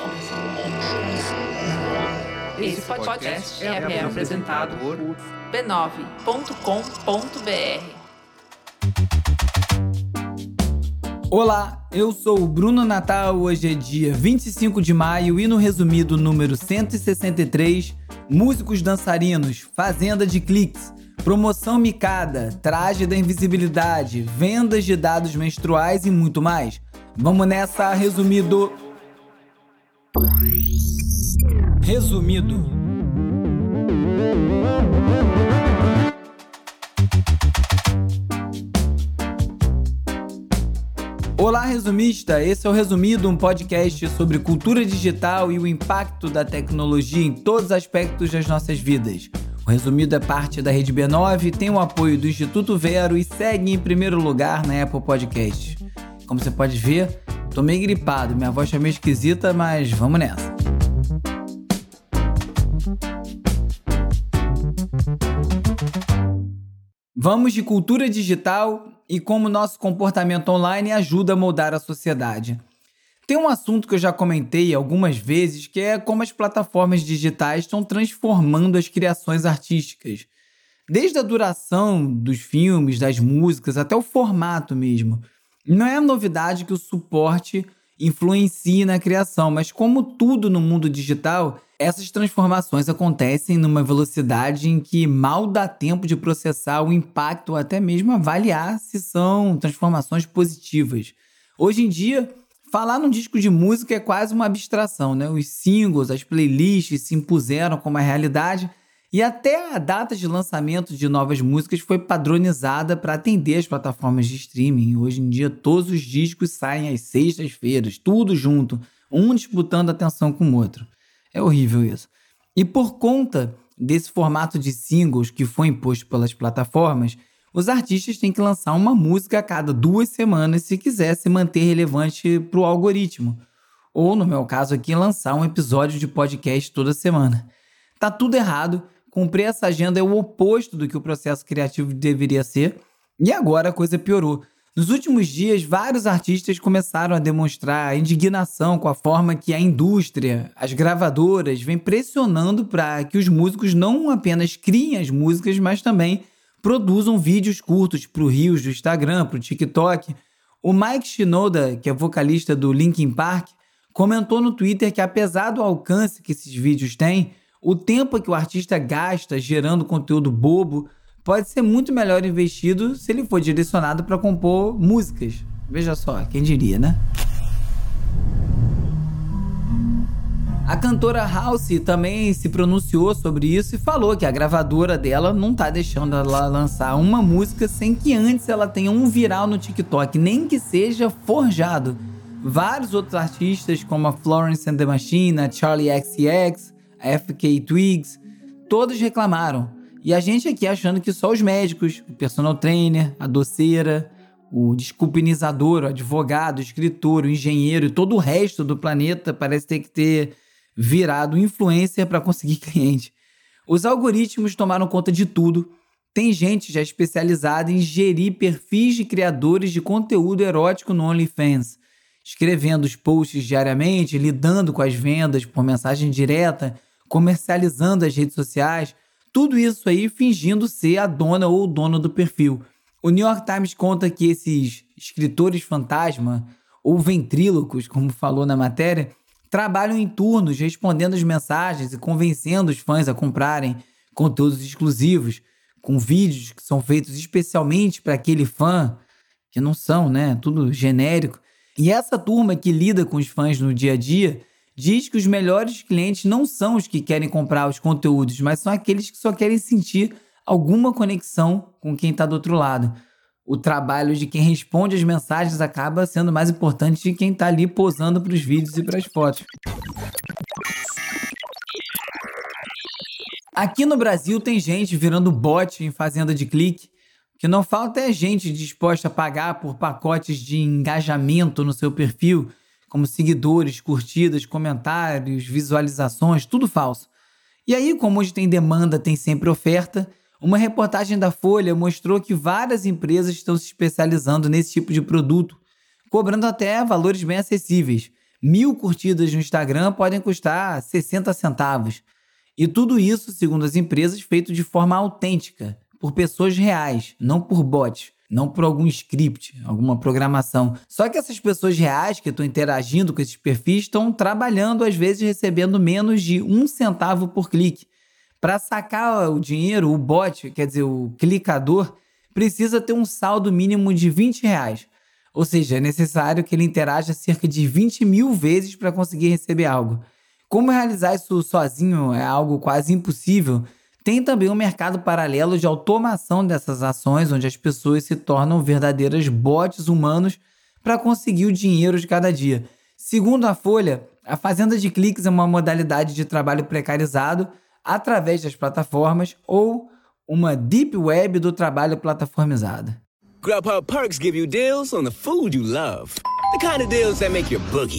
Esse podcast é apresentado por b9.com.br. Olá, eu sou o Bruno Natal, hoje é dia 25 de maio e no resumido número 163, músicos dançarinos, fazenda de cliques, promoção micada, traje da invisibilidade, vendas de dados menstruais e muito mais. Vamos nessa, resumido. Resumido. Olá, resumista! Esse é o Resumido, um podcast sobre cultura digital e o impacto da tecnologia em todos os aspectos das nossas vidas. O Resumido é parte da Rede B9, tem o apoio do Instituto Vero e segue em primeiro lugar na Apple Podcasts. Como você pode ver, tô meio gripado, minha voz tá meio esquisita, mas vamos nessa. Vamos de cultura digital e como nosso comportamento online ajuda a moldar a sociedade. Tem um assunto que eu já comentei algumas vezes, que é como as plataformas digitais estão transformando as criações artísticas. Desde a duração dos filmes, das músicas, até o formato mesmo. Não é novidade que o suporte influencie na criação, mas como tudo no mundo digital, essas transformações acontecem numa velocidade em que mal dá tempo de processar o impacto ou até mesmo avaliar se são transformações positivas. Hoje em dia, falar num disco de música é quase uma abstração, né? Os singles, as playlists se impuseram como a realidade e até a data de lançamento de novas músicas foi padronizada para atender as plataformas de streaming. Hoje em dia, todos os discos saem às sextas-feiras, tudo junto, um disputando atenção com o outro. É horrível isso. E por conta desse formato de singles que foi imposto pelas plataformas, os artistas têm que lançar uma música a cada 2 semanas se quiser se manter relevante para o algoritmo. Ou, no meu caso aqui, lançar um episódio de podcast toda semana. Tá tudo errado. Cumprir essa agenda é o oposto do que o processo criativo deveria ser. E agora a coisa piorou. Nos últimos dias, vários artistas começaram a demonstrar indignação com a forma que a indústria, as gravadoras, vem pressionando para que os músicos não apenas criem as músicas, mas também produzam vídeos curtos para o Reels do Instagram, para o TikTok. O Mike Shinoda, que é vocalista do Linkin Park, comentou no Twitter que apesar do alcance que esses vídeos têm, o tempo que o artista gasta gerando conteúdo bobo pode ser muito melhor investido se ele for direcionado para compor músicas. Veja só, quem diria, né? A cantora Halsey também se pronunciou sobre isso e falou que a gravadora dela não tá deixando ela lançar uma música sem que antes ela tenha um viral no TikTok, nem que seja forjado. Vários outros artistas, como a Florence and the Machine, a Charli XCX, a FK Twigs, todos reclamaram. E a gente aqui achando que só os médicos, o personal trainer, a doceira, o desculpinizador, o advogado, o escritor, o engenheiro e todo o resto do planeta parece ter que ter virado influencer para conseguir cliente. Os algoritmos tomaram conta de tudo. Tem gente já especializada em gerir perfis de criadores de conteúdo erótico no OnlyFans, escrevendo os posts diariamente, lidando com as vendas por mensagem direta, comercializando as redes sociais, tudo isso aí fingindo ser a dona ou o dono do perfil. O New York Times conta que esses escritores fantasma, ou ventrílocos, como falou na matéria, trabalham em turnos respondendo as mensagens e convencendo os fãs a comprarem conteúdos exclusivos, com vídeos que são feitos especialmente para aquele fã, que não são, né? Tudo genérico. E essa turma que lida com os fãs no dia a dia diz que os melhores clientes não são os que querem comprar os conteúdos, mas são aqueles que só querem sentir alguma conexão com quem está do outro lado. O trabalho de quem responde as mensagens acaba sendo mais importante de quem está ali posando para os vídeos e para as fotos. Aqui no Brasil tem gente virando bot em fazenda de clique. O que não falta é gente disposta a pagar por pacotes de engajamento no seu perfil, como seguidores, curtidas, comentários, visualizações, tudo falso. E aí, como hoje tem demanda, tem sempre oferta, uma reportagem da Folha mostrou que várias empresas estão se especializando nesse tipo de produto, cobrando até valores bem acessíveis, 1000 curtidas no Instagram podem custar 60 centavos. E tudo isso, segundo as empresas, feito de forma autêntica, por pessoas reais, não por bots, não por algum script, alguma programação. Só que essas pessoas reais que estão interagindo com esses perfis estão trabalhando, às vezes recebendo menos de 1 centavo por clique. Para sacar o dinheiro, o bot, quer dizer, o clicador, precisa ter um saldo mínimo de R$20. Ou seja, é necessário que ele interaja cerca de 20 mil vezes para conseguir receber algo. Como realizar isso sozinho é algo quase impossível, tem também um mercado paralelo de automação dessas ações, onde as pessoas se tornam verdadeiras bots humanos para conseguir o dinheiro de cada dia. Segundo a Folha, a fazenda de cliques é uma modalidade de trabalho precarizado através das plataformas ou uma deep web do trabalho plataformizado. Grubhub Perks give you deals on the food you love. The kind of deals that make your boogie.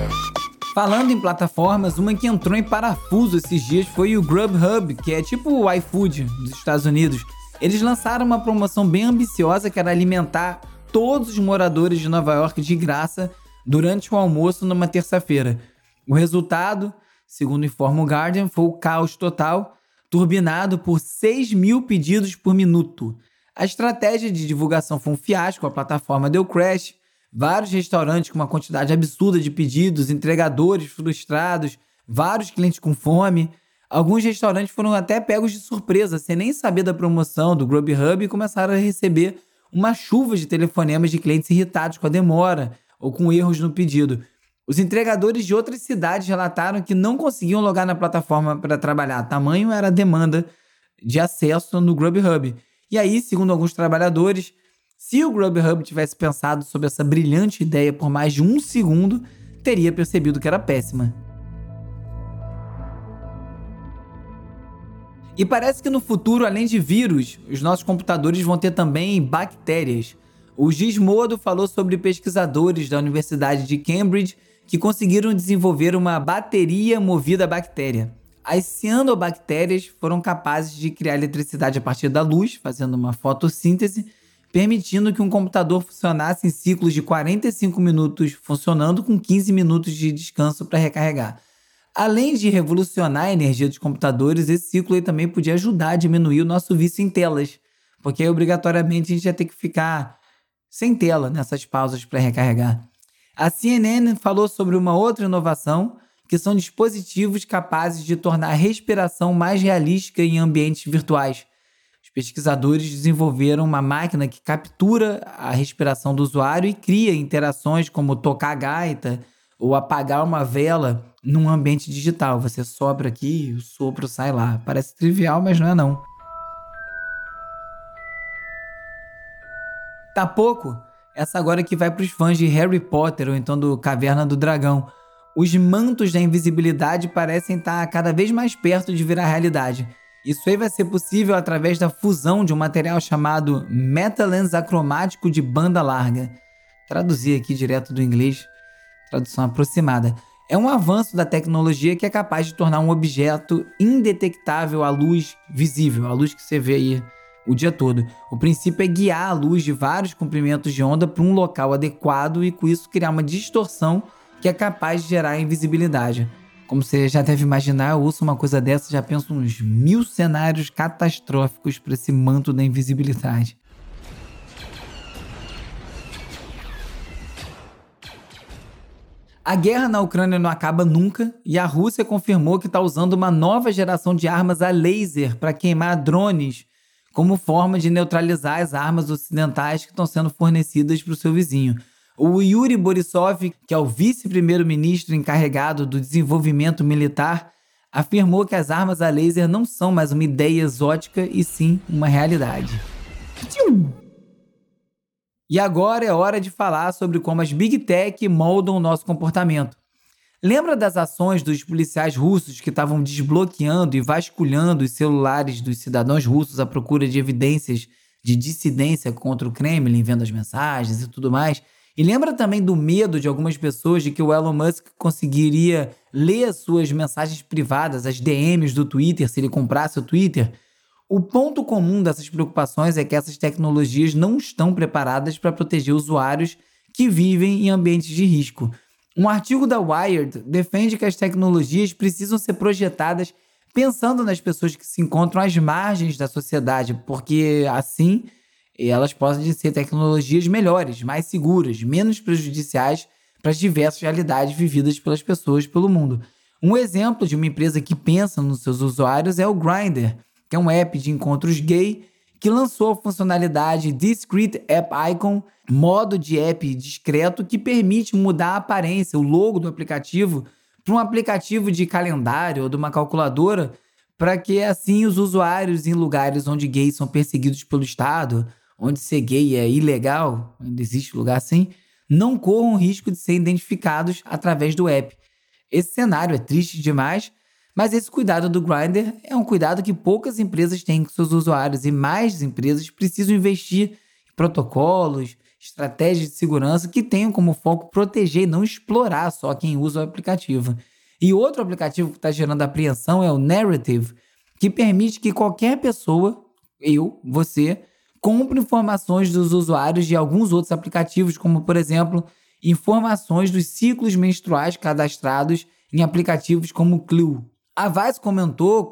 Falando em plataformas, uma que entrou em parafuso esses dias foi o Grubhub, que é tipo o iFood dos Estados Unidos. Eles lançaram uma promoção bem ambiciosa que era alimentar todos os moradores de Nova York de graça durante o almoço numa terça-feira. O resultado, segundo informa o Guardian, foi o caos total, turbinado por 6 mil pedidos por minuto. A estratégia de divulgação foi um fiasco, a plataforma deu crash, vários restaurantes com uma quantidade absurda de pedidos, entregadores frustrados, vários clientes com fome. Alguns restaurantes foram até pegos de surpresa, sem nem saber da promoção do Grubhub, e começaram a receber uma chuva de telefonemas de clientes irritados com a demora ou com erros no pedido. Os entregadores de outras cidades relataram que não conseguiam logar na plataforma para trabalhar. Tamanho era a demanda de acesso no Grubhub. E aí, segundo alguns trabalhadores, se o Grubhub tivesse pensado sobre essa brilhante ideia por mais de 1 segundo, teria percebido que era péssima. E parece que no futuro, além de vírus, os nossos computadores vão ter também bactérias. O Gizmodo falou sobre pesquisadores da Universidade de Cambridge que conseguiram desenvolver uma bateria movida a bactéria. As cianobactérias foram capazes de criar eletricidade a partir da luz, fazendo uma fotossíntese, permitindo que um computador funcionasse em ciclos de 45 minutos funcionando com 15 minutos de descanso para recarregar. Além de revolucionar a energia dos computadores, esse ciclo aí também podia ajudar a diminuir o nosso vício em telas, porque aí obrigatoriamente a gente ia ter que ficar sem tela nessas pausas para recarregar. A CNN falou sobre uma outra inovação, que são dispositivos capazes de tornar a respiração mais realística em ambientes virtuais. Os pesquisadores desenvolveram uma máquina que captura a respiração do usuário e cria interações como tocar a gaita ou apagar uma vela num ambiente digital. Você sopra aqui e o sopro sai lá. Parece trivial, mas não é não. Tá pouco? Essa agora que vai para os fãs de Harry Potter ou então do Caverna do Dragão. Os mantos da invisibilidade parecem estar cada vez mais perto de virar realidade. Isso aí vai ser possível através da fusão de um material chamado metalens acromático de banda larga. Traduzir aqui direto do inglês, tradução aproximada. É um avanço da tecnologia que é capaz de tornar um objeto indetectável à luz visível, a luz que você vê aí o dia todo. O princípio é guiar a luz de vários comprimentos de onda para um local adequado e com isso criar uma distorção que é capaz de gerar invisibilidade. Como você já deve imaginar, eu ouço uma coisa dessa e já penso uns 1000 cenários catastróficos para esse manto da invisibilidade. A guerra na Ucrânia não acaba nunca e a Rússia confirmou que está usando uma nova geração de armas a laser para queimar drones como forma de neutralizar as armas ocidentais que estão sendo fornecidas para o seu vizinho. O Yuri Borisov, que é o vice-primeiro-ministro encarregado do desenvolvimento militar, afirmou que as armas a laser não são mais uma ideia exótica e sim uma realidade. E agora é hora de falar sobre como as Big Tech moldam o nosso comportamento. Lembra das ações dos policiais russos que estavam desbloqueando e vasculhando os celulares dos cidadãos russos à procura de evidências de dissidência contra o Kremlin, vendo as mensagens e tudo mais? E lembra também do medo de algumas pessoas de que o Elon Musk conseguiria ler as suas mensagens privadas, as DMs do Twitter, se ele comprasse o Twitter? O ponto comum dessas preocupações é que essas tecnologias não estão preparadas para proteger usuários que vivem em ambientes de risco. Um artigo da Wired defende que as tecnologias precisam ser projetadas pensando nas pessoas que se encontram às margens da sociedade, porque assim elas podem ser tecnologias melhores, mais seguras, menos prejudiciais para as diversas realidades vividas pelas pessoas pelo mundo. Um exemplo de uma empresa que pensa nos seus usuários é o Grindr, que é um app de encontros gay que lançou a funcionalidade Discrete App Icon, modo de app discreto que permite mudar a aparência, o logo do aplicativo, para um aplicativo de calendário ou de uma calculadora, para que assim os usuários em lugares onde gays são perseguidos pelo Estado, onde ser gay é ilegal, ainda existe lugar assim, não corram o risco de serem identificados através do app. Esse cenário é triste demais, mas esse cuidado do Grindr é um cuidado que poucas empresas têm com seus usuários e mais empresas precisam investir em protocolos, estratégias de segurança que tenham como foco proteger e não explorar só quem usa o aplicativo. E outro aplicativo que está gerando apreensão é o Narrative, que permite que qualquer pessoa, você, compre informações dos usuários de alguns outros aplicativos, como, por exemplo, informações dos ciclos menstruais cadastrados em aplicativos como o Clue. A Vice comentou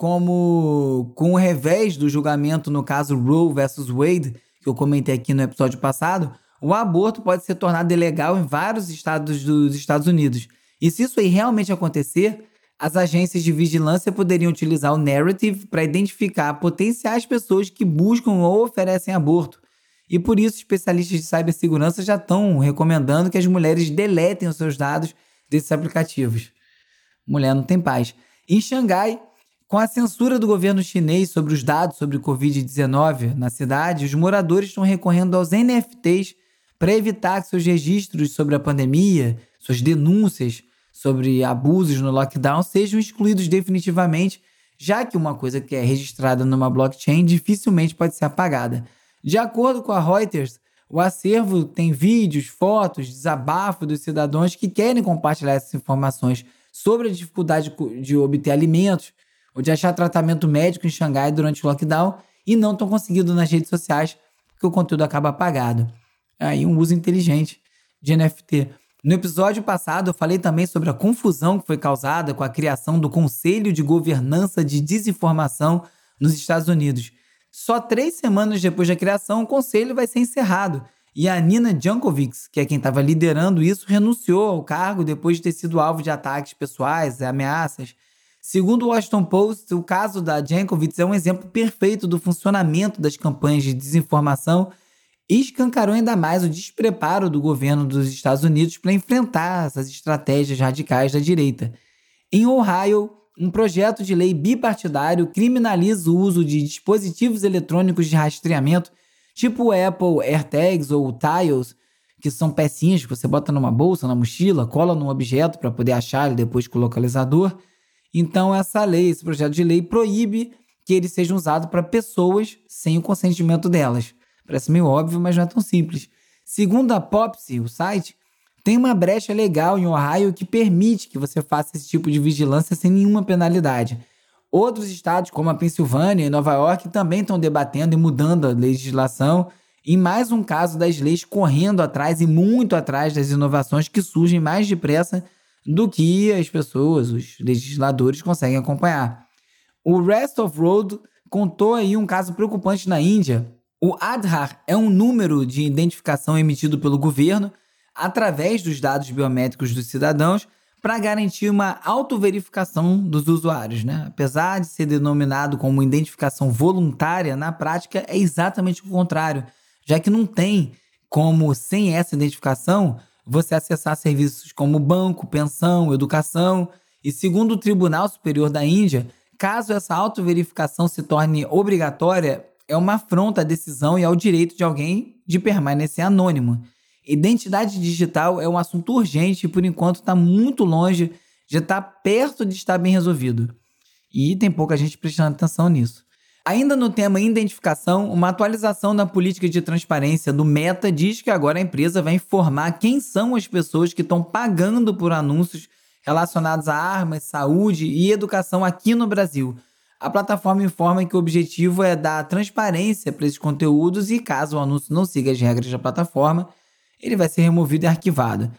como, com o revés do julgamento no caso Roe vs. Wade, que eu comentei aqui no episódio passado, o aborto pode ser tornado ilegal em vários estados dos Estados Unidos. E se isso aí realmente acontecer, as agências de vigilância poderiam utilizar o Narrative para identificar potenciais pessoas que buscam ou oferecem aborto. E por isso, especialistas de cibersegurança já estão recomendando que as mulheres deletem os seus dados desses aplicativos. Mulher não tem paz. Em Xangai, com a censura do governo chinês sobre os dados sobre o Covid-19 na cidade, os moradores estão recorrendo aos NFTs para evitar que seus registros sobre a pandemia, suas denúncias sobre abusos no lockdown sejam excluídos definitivamente, já que uma coisa que é registrada numa blockchain dificilmente pode ser apagada. De acordo com a Reuters, o acervo tem vídeos, fotos, desabafo dos cidadãos que querem compartilhar essas informações sobre a dificuldade de obter alimentos ou de achar tratamento médico em Xangai durante o lockdown e não estão conseguindo nas redes sociais porque o conteúdo acaba apagado. Aí um uso inteligente de NFT. No episódio passado eu falei também sobre a confusão que foi causada com a criação do Conselho de Governança de Desinformação nos Estados Unidos. Só 3 semanas depois da criação, o conselho vai ser encerrado. E a Nina Jankovic, que é quem estava liderando isso, renunciou ao cargo depois de ter sido alvo de ataques pessoais e ameaças. Segundo o Washington Post, o caso da Jankovic é um exemplo perfeito do funcionamento das campanhas de desinformação e escancarou ainda mais o despreparo do governo dos Estados Unidos para enfrentar essas estratégias radicais da direita. Em Ohio, um projeto de lei bipartidário criminaliza o uso de dispositivos eletrônicos de rastreamento tipo o Apple AirTags ou Tiles, que são pecinhas que você bota numa bolsa, na mochila, cola num objeto para poder achar ele depois com o localizador. Então esse projeto de lei proíbe que eles sejam usados para pessoas sem o consentimento delas. Parece meio óbvio, mas não é tão simples. Segundo a Popsy, o site, tem uma brecha legal em Ohio que permite que você faça esse tipo de vigilância sem nenhuma penalidade. Outros estados, como a Pensilvânia e Nova York, também estão debatendo e mudando a legislação, em mais um caso das leis correndo atrás e muito atrás das inovações que surgem mais depressa do que as pessoas, os legisladores, conseguem acompanhar. O Rest of Road contou aí um caso preocupante na Índia. O Aadhaar é um número de identificação emitido pelo governo através dos dados biométricos dos cidadãos para garantir uma autoverificação dos usuários, né? Apesar de ser denominado como identificação voluntária, na prática é exatamente o contrário, já que não tem como, sem essa identificação, você acessar serviços como banco, pensão, educação. E segundo o Tribunal Superior da Índia, caso essa autoverificação se torne obrigatória, é uma afronta à decisão e ao direito de alguém de permanecer anônimo. Identidade digital é um assunto urgente e, por enquanto, está muito longe de estar perto de estar bem resolvido. E tem pouca gente prestando atenção nisso. Ainda no tema identificação, uma atualização na política de transparência do Meta diz que agora a empresa vai informar quem são as pessoas que estão pagando por anúncios relacionados a armas, saúde e educação aqui no Brasil. A plataforma informa que o objetivo é dar transparência para esses conteúdos e, caso o anúncio não siga as regras da plataforma, ele vai ser removido e arquivado.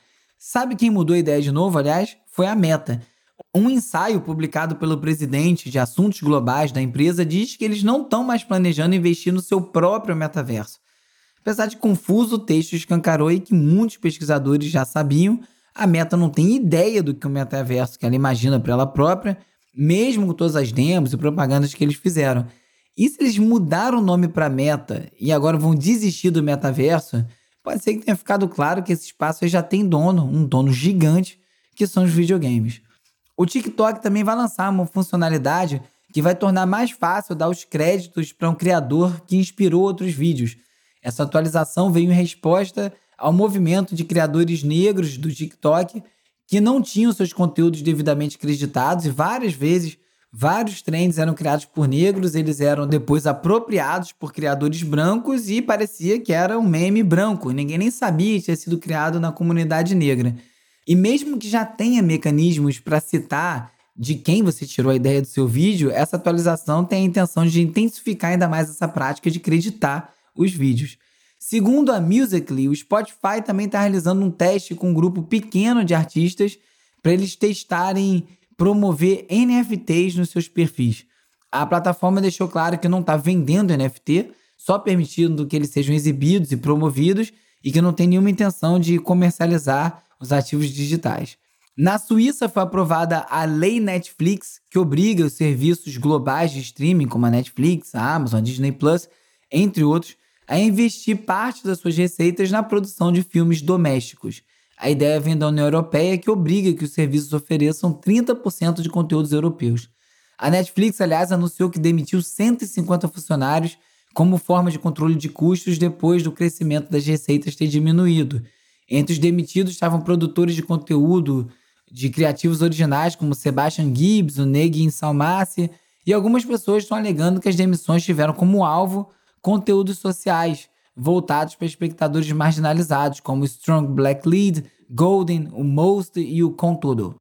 Sabe quem mudou a ideia de novo, aliás? Foi a Meta. Um ensaio publicado pelo presidente de assuntos globais da empresa diz que eles não estão mais planejando investir no seu próprio metaverso. Apesar de confuso, o texto escancarou e que muitos pesquisadores já sabiam, a Meta não tem ideia do que o metaverso que ela imagina para ela própria, mesmo com todas as demos e propagandas que eles fizeram. E se eles mudaram o nome para Meta e agora vão desistir do metaverso, pode ser que tenha ficado claro que esse espaço já tem dono, um dono gigante, que são os videogames. O TikTok também vai lançar uma funcionalidade que vai tornar mais fácil dar os créditos para um criador que inspirou outros vídeos. Essa atualização veio em resposta ao movimento de criadores negros do TikTok que não tinham seus conteúdos devidamente creditados e várias vezes vários trends eram criados por negros, eles eram depois apropriados por criadores brancos e parecia que era um meme branco, ninguém nem sabia que tinha sido criado na comunidade negra. E mesmo que já tenha mecanismos para citar de quem você tirou a ideia do seu vídeo, essa atualização tem a intenção de intensificar ainda mais essa prática de creditar os vídeos. Segundo a Musical.ly, o Spotify também está realizando um teste com um grupo pequeno de artistas para eles testarem promover NFTs nos seus perfis. A plataforma deixou claro que não está vendendo NFT, só permitindo que eles sejam exibidos e promovidos e que não tem nenhuma intenção de comercializar os ativos digitais. Na Suíça foi aprovada a Lei Netflix, que obriga os serviços globais de streaming, como a Netflix, a Amazon, a Disney Plus, entre outros, a investir parte das suas receitas na produção de filmes domésticos. A ideia vem da União Europeia, que obriga que os serviços ofereçam 30% de conteúdos europeus. A Netflix, aliás, anunciou que demitiu 150 funcionários como forma de controle de custos depois do crescimento das receitas ter diminuído. Entre os demitidos estavam produtores de conteúdo de criativos originais como Sebastian Gibbs, o Negin Salmassi, e algumas pessoas estão alegando que as demissões tiveram como alvo conteúdos sociais voltados para espectadores marginalizados, como Strong Black Lead, Golden, o Most e o Com Tudo.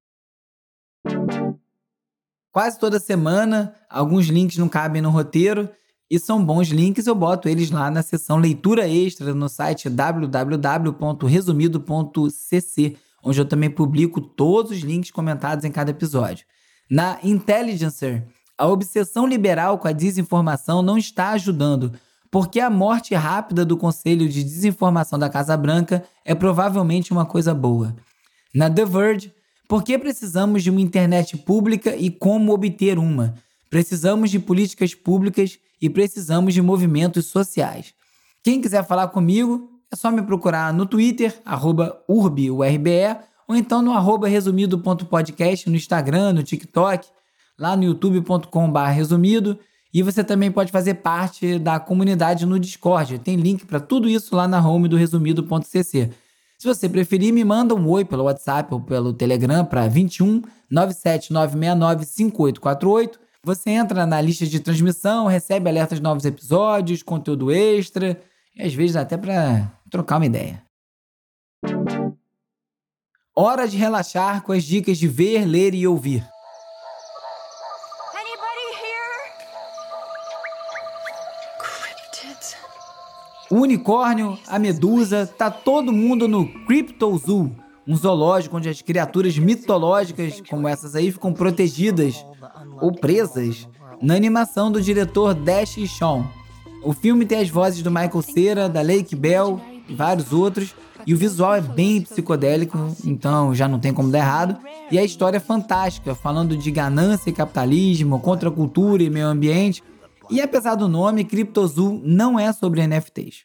Quase toda semana, alguns links não cabem no roteiro, e são bons links, eu boto eles lá na seção Leitura Extra no site www.resumido.cc, onde eu também publico todos os links comentados em cada episódio. Na Intelligencer, a obsessão liberal com a desinformação não está ajudando, porque a morte rápida do Conselho de Desinformação da Casa Branca é provavelmente uma coisa boa. Na The Verge, por que precisamos de uma internet pública e como obter uma? Precisamos de políticas públicas e precisamos de movimentos sociais. Quem quiser falar comigo, é só me procurar no Twitter, @urbe, ou então no @resumido.podcast no Instagram, no TikTok, lá no youtube.com/resumido. E você também pode fazer parte da comunidade no Discord. Tem link para tudo isso lá na home do resumido.cc. Se você preferir, me manda um oi pelo WhatsApp ou pelo Telegram para 21 97969 5848. Você entra na lista de transmissão, recebe alertas de novos episódios, conteúdo extra e às vezes até para trocar uma ideia. Hora de relaxar com as dicas de ver, ler e ouvir. O unicórnio, a medusa, tá todo mundo no Cryptozoo, um zoológico onde as criaturas mitológicas como essas aí ficam protegidas ou presas na animação do diretor Dash e Shawn. O filme tem as vozes do Michael Cera, da Lake Bell e vários outros, e o visual é bem psicodélico, então já não tem como dar errado, e a história é fantástica, falando de ganância e capitalismo, contra a cultura e meio ambiente. E apesar do nome, Cryptozoo não é sobre NFTs.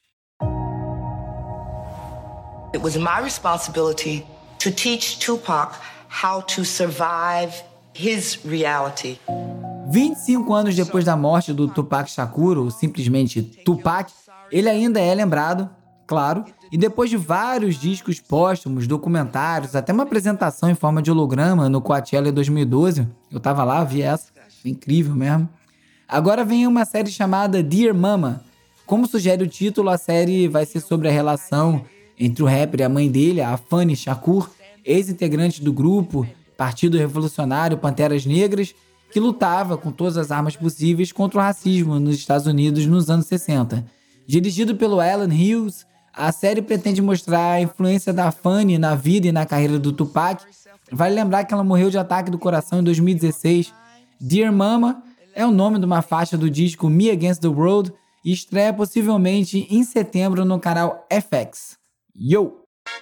It was my responsibility to teach Tupac how to survive his reality. 25 anos depois da morte do Tupac Shakur, ou simplesmente Tupac, ele ainda é lembrado, claro, e depois de vários discos póstumos, documentários, até uma apresentação em forma de holograma no Coachella em 2012, eu tava lá, vi essa, incrível mesmo. Agora vem uma série chamada Dear Mama. Como sugere o título, a série vai ser sobre a relação entre o rapper e a mãe dele, a Afeni Shakur, ex-integrante do grupo Partido Revolucionário Panteras Negras, que lutava com todas as armas possíveis contra o racismo nos Estados Unidos nos anos 60. Dirigido pelo Alan Hughes, A série pretende mostrar a influência da Fanny na vida e na carreira do Tupac. Vale lembrar que ela morreu de ataque do coração em 2016. Dear Mama é o nome de uma faixa do disco Me Against the World e estreia possivelmente em setembro no canal FX. Yo!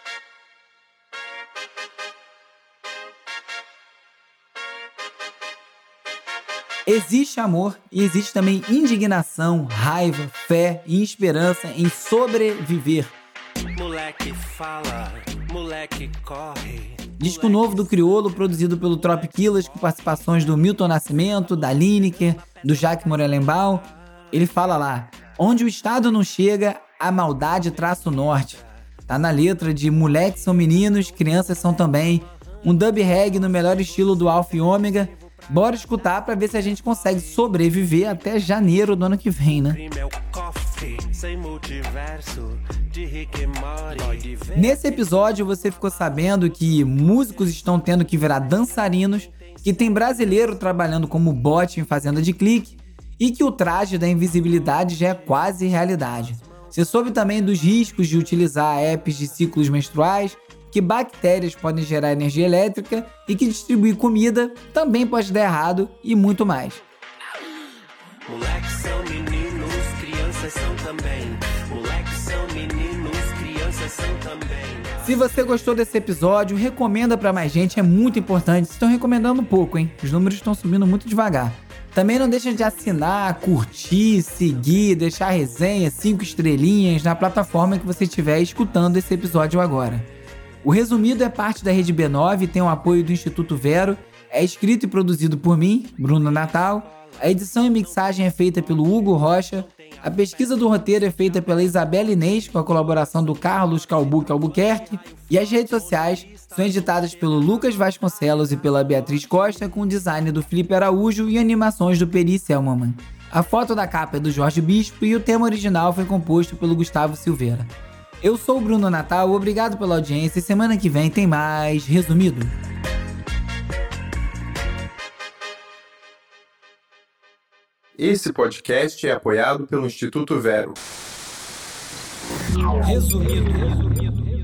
Existe amor e existe também indignação, raiva, fé e esperança em sobreviver. Moleque fala, moleque corre. Disco novo do Criolo, produzido pelo Trop Killers, com participações do Milton Nascimento, da Lineker, do Jacques Morelenbaum. Ele fala lá: onde o Estado não chega, a maldade traça o norte. Tá na letra de Moleques são meninos, crianças são também. Um dub reggae no melhor estilo do Alpha e Ômega. Bora escutar pra ver se a gente consegue sobreviver até janeiro do ano que vem, né? Nesse episódio você ficou sabendo que músicos estão tendo que virar dançarinos, que tem brasileiro trabalhando como bot em fazenda de clique e que o traje da invisibilidade já é quase realidade. Você soube também dos riscos de utilizar apps de ciclos menstruais, que bactérias podem gerar energia elétrica e que distribuir comida também pode dar errado e muito mais. Moleques são meninos, crianças são também. Moleques são meninos, crianças são também. Se você gostou desse episódio, recomenda pra mais gente, é muito importante. Estão recomendando pouco, hein? Os números estão subindo muito devagar. Também não deixa de assinar, curtir, seguir, deixar resenha, 5 estrelinhas na plataforma que você estiver escutando esse episódio agora. O Resumido é parte da Rede B9 e tem o apoio do Instituto Vero. É escrito e produzido por mim, Bruno Natal. A edição e mixagem é feita pelo Hugo Rocha. A pesquisa do roteiro é feita pela Isabela Inês, com a colaboração do Carlos Calbuque Albuquerque. E as redes sociais são editadas pelo Lucas Vasconcelos e pela Beatriz Costa, com o design do Felipe Araújo e animações do Peri Selmanman. A foto da capa é do Jorge Bispo e o tema original foi composto pelo Gustavo Silveira. Eu sou o Bruno Natal, obrigado pela audiência e semana que vem tem mais Resumido. Esse podcast é apoiado pelo Instituto Vero. Resumido.